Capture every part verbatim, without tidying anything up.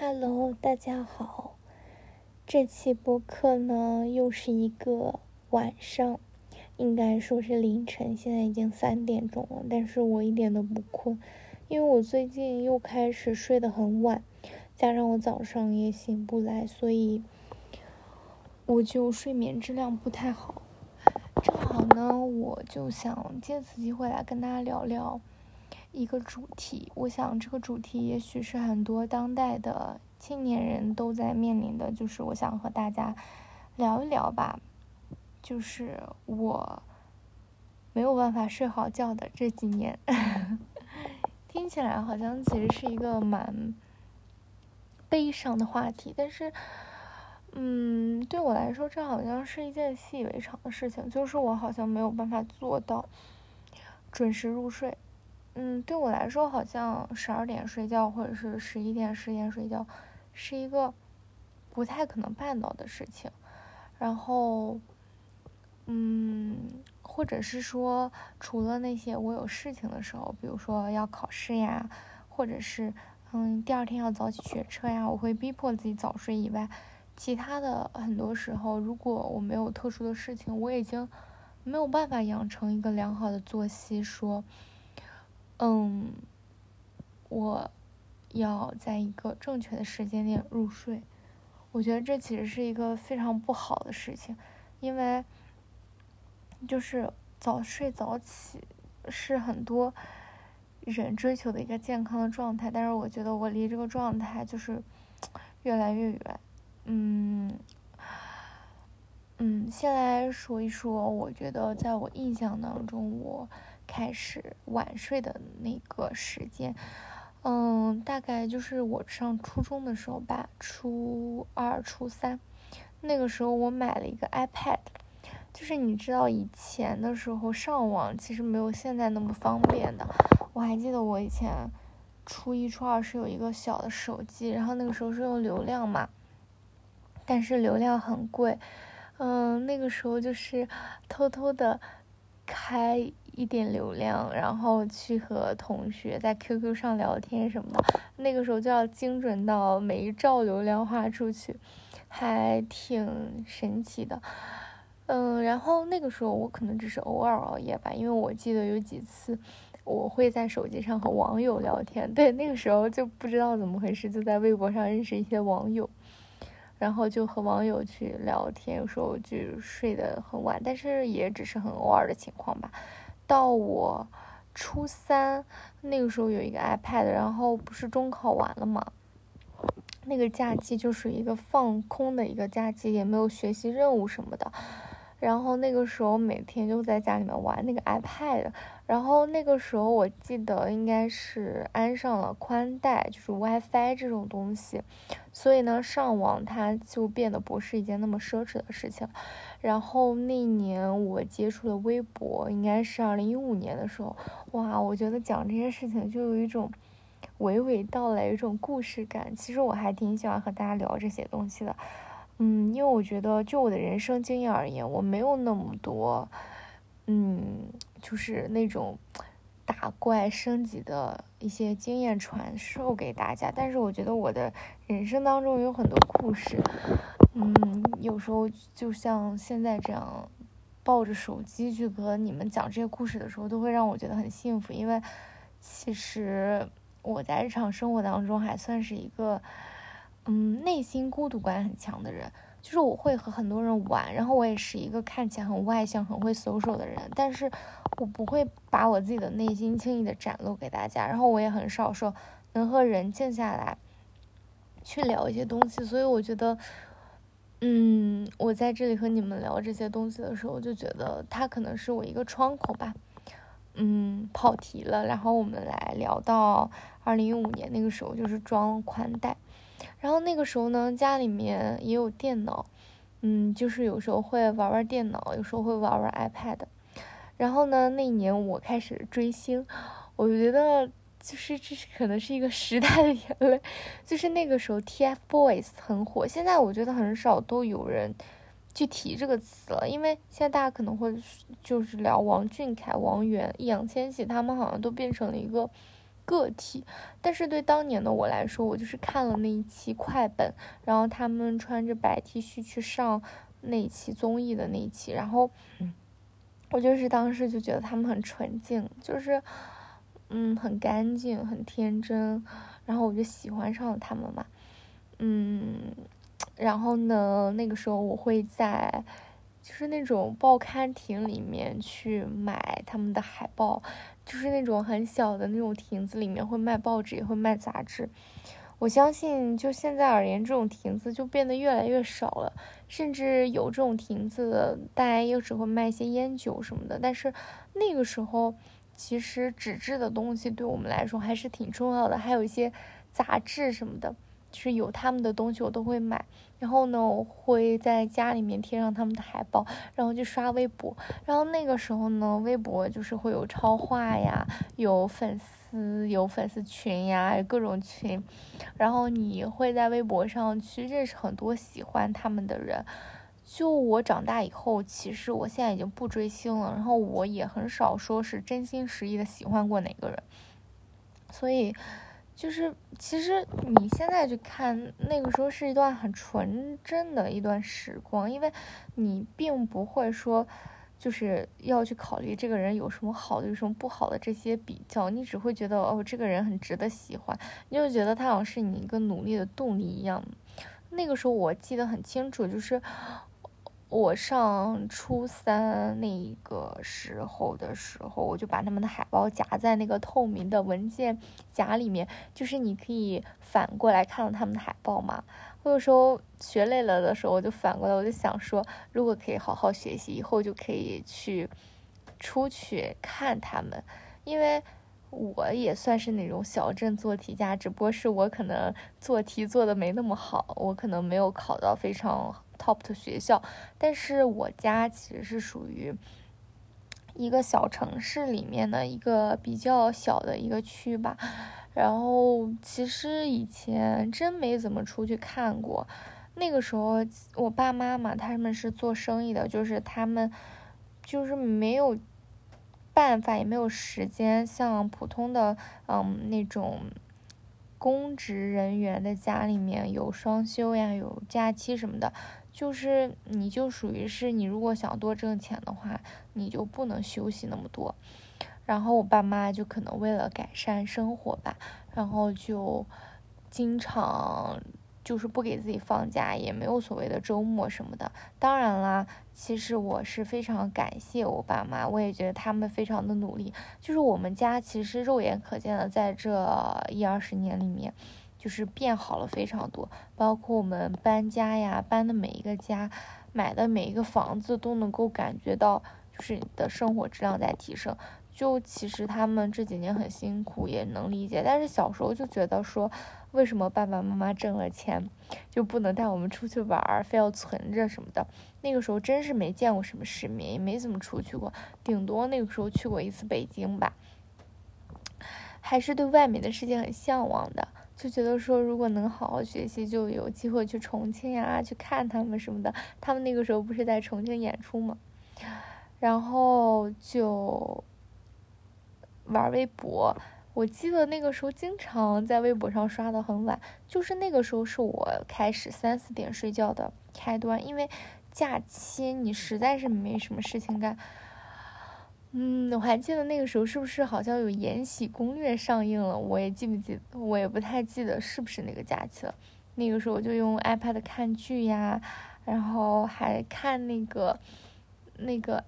Hello，大家好。这期播客呢，又是一个晚上，应该说是凌晨，现在已经三点钟了，但是我一点都不困，因为我最近又开始睡得很晚，加上我早上也醒不来，所以我就睡眠质量不太好。正好呢，我就想借此机会来跟大家聊聊一个主题，我想这个主题也许是很多当代的青年人都在面临的，就是我想和大家聊一聊吧，就是我没有办法睡好觉的这几年。听起来好像其实是一个蛮悲伤的话题，但是嗯，对我来说这好像是一件习以为常的事情，就是我好像没有办法做到准时入睡。嗯，对我来说，好像十二点睡觉或者是十一点、十点睡觉，是一个不太可能办到的事情。然后，嗯，或者是说，除了那些我有事情的时候，比如说要考试呀，或者是嗯第二天要早起学车呀，我会逼迫自己早睡以外，其他的很多时候，如果我没有特殊的事情，我已经没有办法养成一个良好的作息，说。嗯，我要在一个正确的时间点入睡，我觉得这其实是一个非常不好的事情，因为就是早睡早起是很多人追求的一个健康的状态，但是我觉得我离这个状态就是越来越远。嗯嗯，先来说一说，我觉得在我印象当中，我开始晚睡的那个时间，嗯，大概就是我上初中的时候吧，初二、初三，那个时候我买了一个 iPad， 就是你知道以前的时候上网其实没有现在那么方便的，我还记得我以前初一、初二是有一个小的手机，然后那个时候是用流量嘛，但是流量很贵。嗯，那个时候就是偷偷的开一点流量，然后去和同学在 Q Q 上聊天什么的。那个时候就要精准到每一兆流量花出去，还挺神奇的。嗯，然后那个时候我可能只是偶尔熬夜吧，因为我记得有几次我会在手机上和网友聊天。对，那个时候就不知道怎么回事，就在微博上认识一些网友。然后就和网友去聊天，有时候就睡得很晚，但是也只是很偶尔的情况吧。到我初三那个时候有一个 iPad， 然后不是中考完了嘛，那个假期就是一个放空的一个假期，也没有学习任务什么的。然后那个时候每天就在家里面玩那个 iPad， 然后那个时候我记得应该是安上了宽带，就是 WiFi 这种东西，所以呢上网它就变得不是一件那么奢侈的事情。然后那年我接触了微博，应该是二零一五年的时候，哇，我觉得讲这些事情就有一种娓娓道来，有一种故事感。其实我还挺喜欢和大家聊这些东西的。嗯，因为我觉得就我的人生经验而言，我没有那么多，嗯，就是那种打怪升级的一些经验传授给大家。但是我觉得我的人生当中有很多故事，嗯，有时候就像现在这样，抱着手机去和你们讲这些故事的时候，都会让我觉得很幸福。因为其实我在日常生活当中还算是一个。嗯，内心孤独感很强的人，就是我会和很多人玩，然后我也是一个看起来很外向、很会 social 的人，但是我不会把我自己的内心轻易的展露给大家，然后我也很少说能和人静下来去聊一些东西，所以我觉得，嗯，我在这里和你们聊这些东西的时候，就觉得它可能是我一个窗口吧。嗯，跑题了，然后我们来聊到二零一五年那个时候，就是装宽带。然后那个时候呢，家里面也有电脑，嗯，就是有时候会玩玩电脑，有时候会玩玩 iPad。然后呢，那一年我开始追星，我觉得就是这是可能是一个时代的眼泪，就是那个时候 TFBOYS 很火，现在我觉得很少都有人去提这个词了，因为现在大家可能会就是聊王俊凯、王源、易烊千玺，他们好像都变成了一个个体。但是对当年的我来说，我就是看了那一期快本，然后他们穿着白 T 恤去上那一期综艺的那一期，然后我就是当时就觉得他们很纯净，就是嗯很干净很天真，然后我就喜欢上了他们嘛。嗯然后呢那个时候我会在就是那种报刊亭里面去买他们的海报，就是那种很小的那种亭子里面会卖报纸也会卖杂志。我相信就现在而言，这种亭子就变得越来越少了，甚至有这种亭子的大家又只会卖一些烟酒什么的。但是那个时候其实纸质的东西对我们来说还是挺重要的，还有一些杂志什么的，就是有他们的东西我都会买。然后呢我会在家里面贴上他们的海报，然后去刷微博。然后那个时候呢微博就是会有超话呀，有粉丝有粉丝群呀，各种群，然后你会在微博上去认识很多喜欢他们的人。就我长大以后，其实我现在已经不追星了，然后我也很少说是真心实意的喜欢过哪个人。所以就是其实你现在去看，那个时候是一段很纯真的一段时光，因为你并不会说就是要去考虑这个人有什么好的有什么不好的这些比较，你只会觉得哦这个人很值得喜欢，你就觉得他好像是你一个努力的动力一样。那个时候我记得很清楚，就是我上初三那个时候的时候，我就把他们的海报夹在那个透明的文件夹里面，就是你可以反过来看到他们的海报嘛。我有时候学累了的时候，我就反过来，我就想说，如果可以好好学习，以后就可以去出去看他们，因为我也算是那种小镇做题家，只不过是我可能做题做的没那么好，我可能没有考到非常 top 的学校，但是我家其实是属于一个小城市里面的一个比较小的一个区吧。然后其实以前真没怎么出去看过，那个时候我爸妈嘛他们是做生意的，就是他们就是没有办法也没有时间像普通的嗯那种公职人员的家里面有双休呀有假期什么的，就是你就属于是你如果想多挣钱的话，你就不能休息那么多。然后我爸妈就可能为了改善生活吧，然后就经常就是不给自己放假，也没有所谓的周末什么的。当然啦，其实我是非常感谢我爸妈，我也觉得他们非常的努力。就是我们家其实肉眼可见的，在这一二十年里面，就是变好了非常多。包括我们搬家呀，搬的每一个家，买的每一个房子，都能够感觉到，就是你的生活质量在提升。就其实他们这几年很辛苦，也能理解。但是小时候就觉得说，为什么爸爸妈妈挣了钱就不能带我们出去玩，非要存着什么的？那个时候真是没见过什么世面，也没怎么出去过，顶多那个时候去过一次北京吧。还是对外面的世界很向往的，就觉得说如果能好好学习，就有机会去重庆呀，去看他们什么的。他们那个时候不是在重庆演出吗？然后就玩微博，我记得那个时候经常在微博上刷到很晚，就是那个时候是我开始三四点睡觉的开端，因为假期你实在是没什么事情干。嗯，我还记得那个时候是不是好像有《延禧攻略》上映了，我也记不记得，我也不太记得是不是那个假期了。那个时候就用 iPad 看剧呀，然后还看那个那个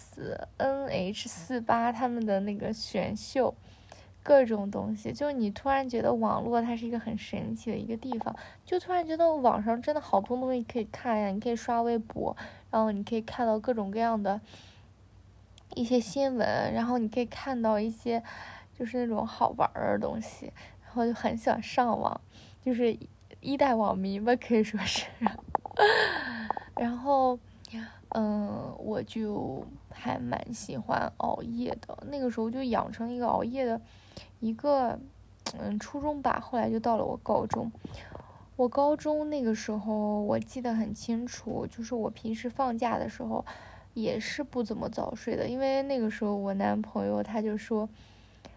S N H 四八他们的那个选秀，各种东西，就你突然觉得网络它是一个很神奇的一个地方，就突然觉得网上真的好多东西可以看呀，你可以刷微博，然后你可以看到各种各样的一些新闻，然后你可以看到一些就是那种好玩的东西，然后就很想上网，就是一代网民吧，可以说是。然后嗯，我就还蛮喜欢熬夜的，那个时候就养成一个熬夜的一个嗯初中吧，后来就到了我高中。我高中那个时候我记得很清楚，就是我平时放假的时候也是不怎么早睡的，因为那个时候我男朋友他就说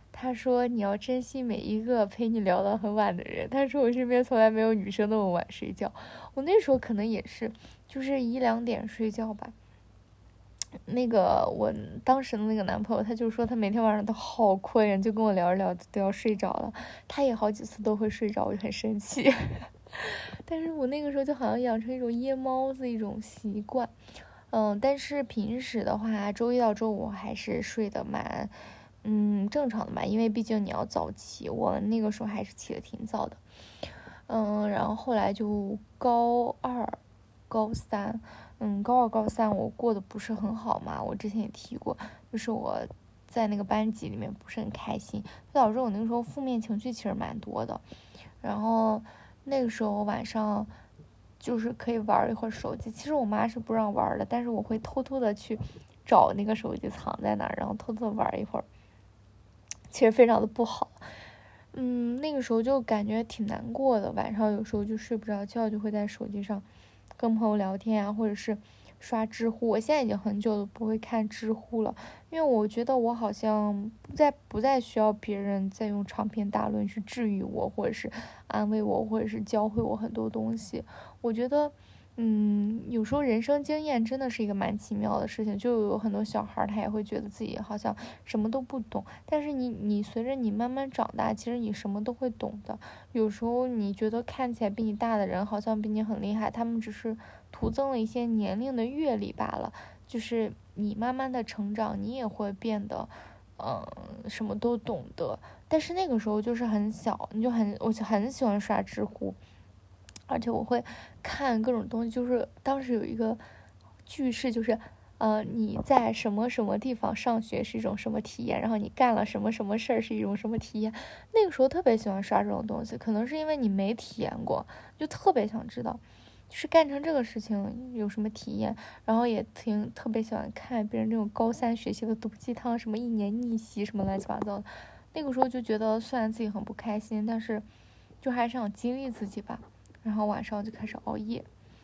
他说你要珍惜每一个陪你聊到很晚的人。他说我身边从来没有女生那么晚睡觉。我那时候可能也是，就是一两点睡觉吧。那个我当时的那个男朋友，他就说他每天晚上都好困呀，就跟我聊着聊着都要睡着了。他也好几次都会睡着，我就很生气。但是我那个时候就好像养成一种夜猫子一种习惯。嗯，但是平时的话，周一到周五还是睡得蛮，嗯，正常的吧，因为毕竟你要早起，我那个时候还是起得挺早的。嗯，然后后来就高二、高三，嗯，高二、高三我过得不是很好嘛，我之前也提过，就是我在那个班级里面不是很开心，就导致我那个时候负面情绪其实蛮多的。然后那个时候晚上就是可以玩一会儿手机，其实我妈是不让玩的，但是我会偷偷的去找那个手机藏在哪儿，然后偷偷的玩一会儿，其实非常的不好。嗯，那个时候就感觉挺难过的，晚上有时候就睡不着觉，就会在手机上跟朋友聊天啊，或者是刷知乎。我现在已经很久都不会看知乎了，因为我觉得我好像不再不再需要别人再用长篇大论去治愈我，或者是安慰我，或者是教会我很多东西。我觉得嗯，有时候人生经验真的是一个蛮奇妙的事情，就有很多小孩他也会觉得自己好像什么都不懂，但是你你随着你慢慢长大，其实你什么都会懂的。有时候你觉得看起来比你大的人好像比你很厉害，他们只是徒增了一些年龄的阅历罢了。就是你慢慢的成长，你也会变得，嗯、呃，什么都懂得。但是那个时候就是很小，你就很我就很喜欢刷知乎。而且我会看各种东西，就是当时有一个句式，就是呃你在什么什么地方上学是一种什么体验，然后你干了什么什么事儿是一种什么体验。那个时候特别喜欢刷这种东西，可能是因为你没体验过，就特别想知道，就是干成这个事情有什么体验。然后也挺特别喜欢看别人这种高三学习的毒鸡汤，什么一年逆袭什么乱七八糟的。那个时候就觉得虽然自己很不开心，但是就还是想激励自己吧。然后晚上就开始熬夜。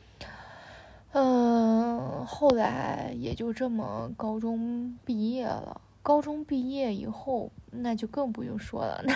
嗯，后来也就这么高中毕业了。高中毕业以后，那就更不用说了，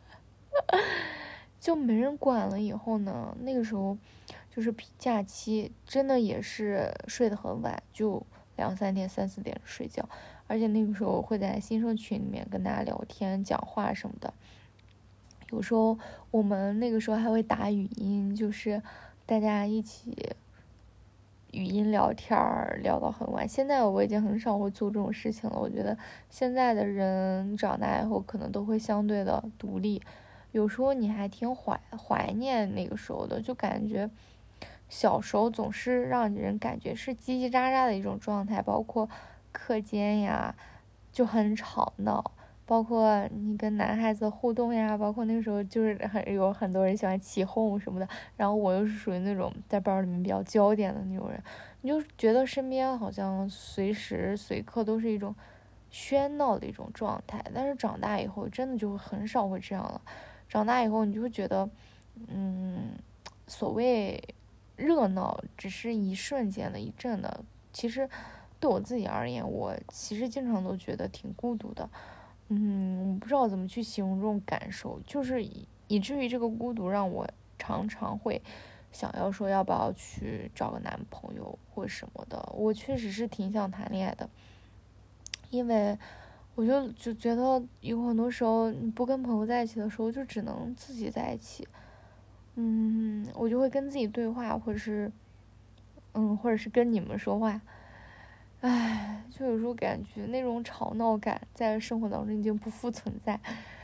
就没人管了。以后呢，那个时候就是假期，真的也是睡得很晚，就两三点、三四点睡觉。而且那个时候会在新生群里面跟大家聊天、讲话什么的。有时候我们那个时候还会打语音，就是大家一起语音聊天儿，聊到很晚。现在我已经很少会做这种事情了。我觉得现在的人长大以后可能都会相对的独立，有时候你还挺怀怀念那个时候的，就感觉小时候总是让人感觉是叽叽喳喳的一种状态，包括课间呀就很吵闹。包括你跟男孩子互动呀，包括那个时候就是很有很多人喜欢起哄什么的，然后我又是属于那种在班里面比较焦点的那种人，你就觉得身边好像随时随刻都是一种喧闹的一种状态。但是长大以后真的就很少会这样了，长大以后你就会觉得，嗯，所谓热闹只是一瞬间的一阵的，其实对我自己而言，我其实经常都觉得挺孤独的。嗯，我不知道怎么去形容这种感受，就是以以至于这个孤独让我常常会想要说要不要去找个男朋友或什么的。我确实是挺想谈恋爱的，因为我就就觉得有很多时候你不跟朋友在一起的时候，就只能自己在一起。嗯，我就会跟自己对话，或者是嗯，或者是跟你们说话。唉，就有时候感觉那种吵闹感在生活当中已经不复存在。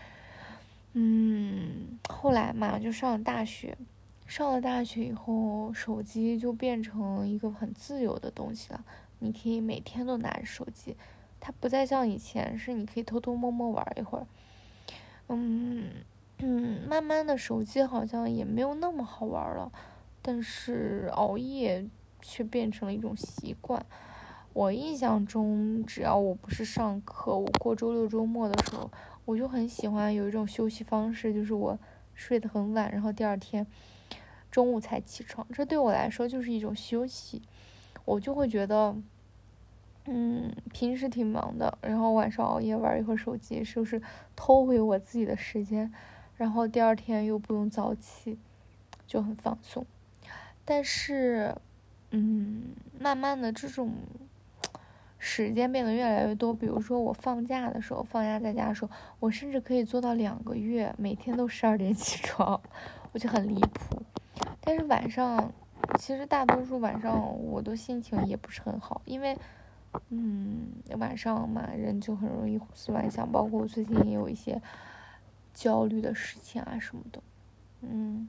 嗯，后来嘛，就上了大学，上了大学以后，手机就变成一个很自由的东西了。你可以每天都拿着手机，它不再像以前是你可以偷偷摸摸玩一会儿。嗯嗯，慢慢的手机好像也没有那么好玩了，但是熬夜却变成了一种习惯。我印象中，只要我不是上课，我过周六周末的时候，我就很喜欢有一种休息方式，就是我睡得很晚，然后第二天中午才起床，这对我来说就是一种休息。我就会觉得嗯，平时挺忙的，然后晚上熬夜玩一会儿手机，是不是偷回我自己的时间？然后第二天又不用早起，就很放松。但是，嗯，慢慢的这种时间变得越来越多。比如说我放假的时候，放假在家的时候，我甚至可以做到两个月，每天都十二点起床，我就很离谱。但是晚上，其实大多数晚上我的心情也不是很好，因为，嗯，晚上嘛，人就很容易胡思乱想，包括我最近也有一些焦虑的事情啊什么的，嗯。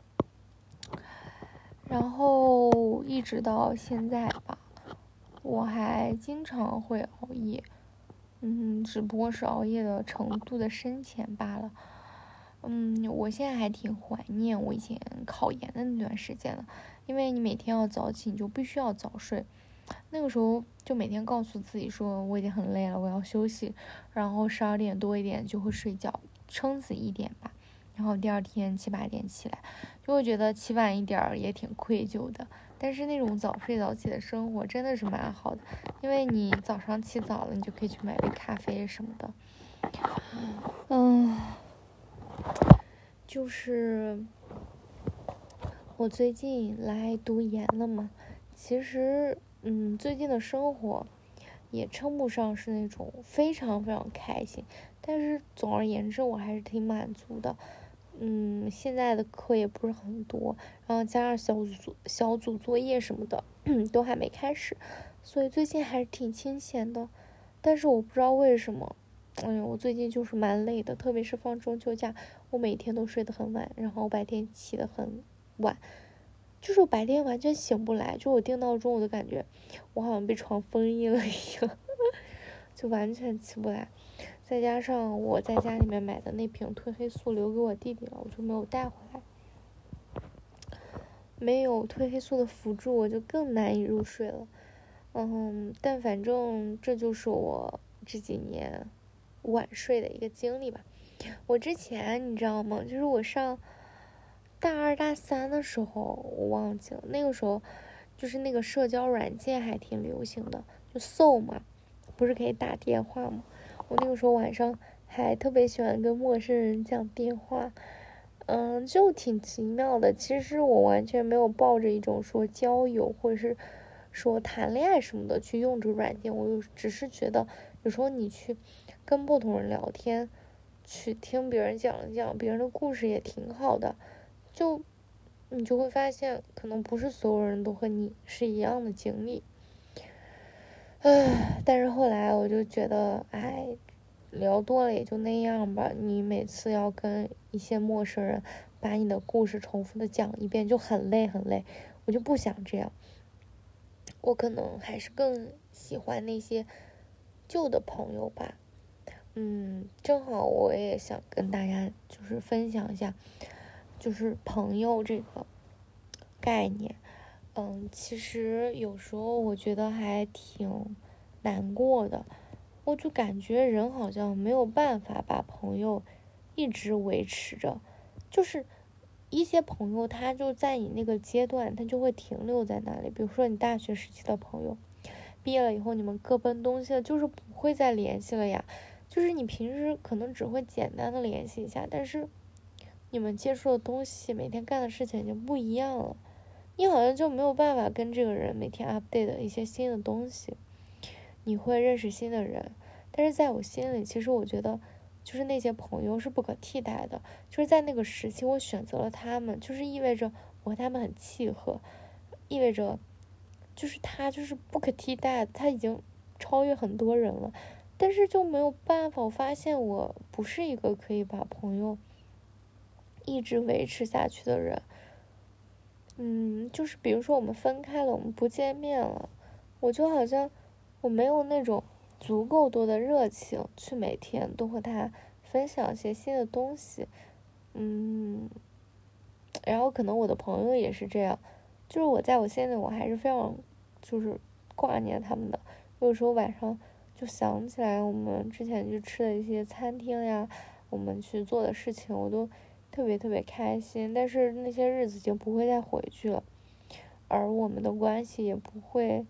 然后一直到现在吧，我还经常会熬夜，嗯，只不过是熬夜的程度的深浅罢了。嗯，我现在还挺怀念我以前考研的那段时间的，因为你每天要早起，你就必须要早睡。那个时候就每天告诉自己说我已经很累了，我要休息，然后十二点多一点就会睡觉，撑死一点吧。然后第二天七八点起来，就会觉得起晚一点儿也挺愧疚的。但是那种早睡早起的生活真的是蛮好的，因为你早上起早了，你就可以去买杯咖啡什么的。嗯，就是我最近来读研了嘛，其实嗯，最近的生活也称不上是那种非常非常开心，但是总而言之我还是挺满足的。嗯，现在的课也不是很多，然后加上小组小组作业什么的都还没开始，所以最近还是挺清闲的。但是我不知道为什么，哎呦，我最近就是蛮累的，特别是放中秋假，我每天都睡得很晚，然后白天起得很晚，就是我白天完全醒不来，就我定闹钟我都感觉我好像被床封印了一样，就完全起不来。再加上我在家里面买的那瓶褪黑素留给我弟弟了，我就没有带回来。没有褪黑素的辅助，我就更难以入睡了。嗯，但反正这就是我这几年晚睡的一个经历吧。我之前你知道吗？就是我上大二大三的时候，我忘记了，那个时候就是那个社交软件还挺流行的，就 Soul 嘛，不是可以打电话吗？我那个时候晚上还特别喜欢跟陌生人讲电话，嗯，就挺奇妙的。其实我完全没有抱着一种说交友或者是说谈恋爱什么的去用这个软件，我只是觉得有时候你去跟不同人聊天，去听别人讲一讲别人的故事也挺好的，就你就会发现，可能不是所有人都和你是一样的经历。唉，但是后来我就觉得，哎，聊多了也就那样吧。你每次要跟一些陌生人把你的故事重复的讲一遍，就很累很累。我就不想这样。我可能还是更喜欢那些旧的朋友吧。嗯，正好我也想跟大家就是分享一下，就是朋友这个概念。嗯，其实有时候我觉得还挺难过的，我就感觉人好像没有办法把朋友一直维持着，就是一些朋友他就在你那个阶段，他就会停留在那里。比如说你大学时期的朋友，毕业了以后你们各奔东西了，就是不会再联系了呀。就是你平时可能只会简单的联系一下，但是你们接触的东西，每天干的事情已经不一样了。你好像就没有办法跟这个人每天 update 一些新的东西，你会认识新的人，但是在我心里，其实我觉得，就是那些朋友是不可替代的，就是在那个时期我选择了他们，就是意味着我和他们很契合，意味着，就是他就是不可替代的，他已经超越很多人了，但是就没有办法，我发现我不是一个可以把朋友一直维持下去的人。嗯，就是比如说我们分开了，我们不见面了，我就好像我没有那种足够多的热情去每天都和他分享一些新的东西。嗯，然后可能我的朋友也是这样，就是我在我心里我还是非常就是挂念他们的，有时候晚上就想起来我们之前去吃的一些餐厅呀，我们去做的事情，我都特别特别开心，但是那些日子就不会再回去了，而我们的关系也不会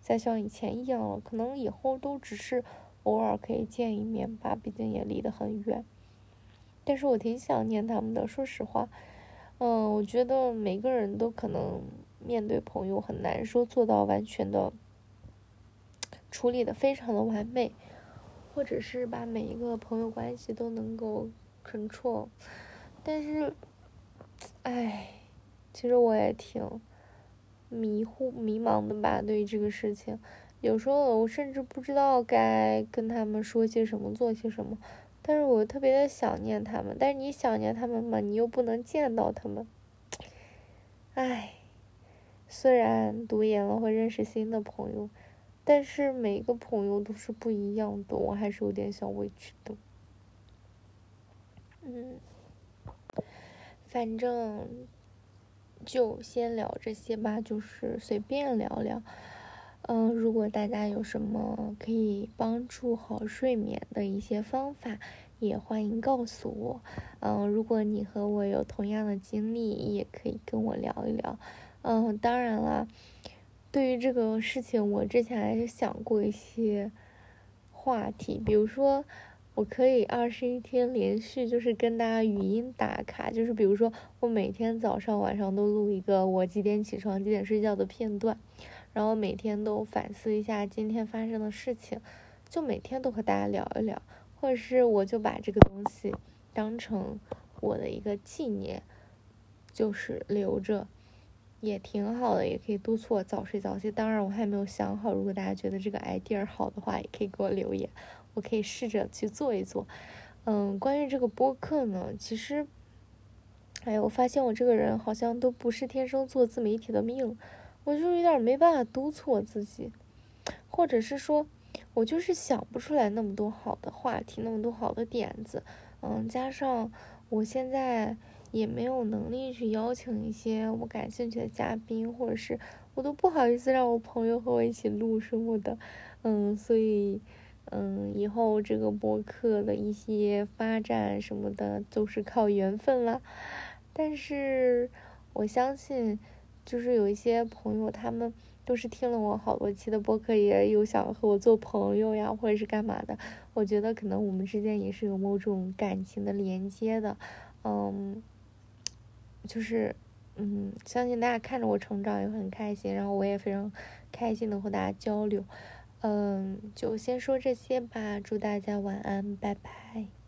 再像以前一样了，可能以后都只是偶尔可以见一面吧，毕竟也离得很远。但是我挺想念他们的，说实话。嗯，我觉得每个人都可能面对朋友很难说做到完全的处理的非常的完美，或者是把每一个朋友关系都能够 control。但是，唉，其实我也挺迷糊、迷茫的吧，对于这个事情。有时候我甚至不知道该跟他们说些什么，做些什么。但是我特别的想念他们，但是你想念他们嘛，你又不能见到他们。唉，虽然读研了会认识新的朋友，但是每一个朋友都是不一样的，我还是有点小委屈的。嗯，反正就先聊这些吧，就是随便聊聊。嗯，如果大家有什么可以帮助好睡眠的一些方法，也欢迎告诉我。嗯，如果你和我有同样的经历，也可以跟我聊一聊。嗯，当然啦，对于这个事情，我之前还是想过一些话题，比如说，我可以二十一天连续就是跟大家语音打卡，就是比如说我每天早上晚上都录一个我几点起床几点睡觉的片段，然后每天都反思一下今天发生的事情，就每天都和大家聊一聊，或者是我就把这个东西当成我的一个纪念，就是留着。也挺好的，也可以督促我早睡早起。当然我还没有想好，如果大家觉得这个 idea 好的话，也可以给我留言，我可以试着去做一做。嗯，关于这个播客呢，其实，哎，我发现我这个人好像都不是天生做自媒体的命，我就有点没办法督促我自己，或者是说，我就是想不出来那么多好的话题，那么多好的点子。嗯，加上我现在也没有能力去邀请一些我感兴趣的嘉宾，或者是我都不好意思让我朋友和我一起录什么的。嗯，所以嗯，以后这个播客的一些发展什么的都是靠缘分啦。但是我相信，就是有一些朋友，他们都是听了我好多期的播客，也有想和我做朋友呀，或者是干嘛的。我觉得可能我们之间也是有某种感情的连接的。嗯，就是嗯，相信大家看着我成长也很开心，然后我也非常开心的和大家交流。嗯，就先说这些吧，祝大家晚安，拜拜。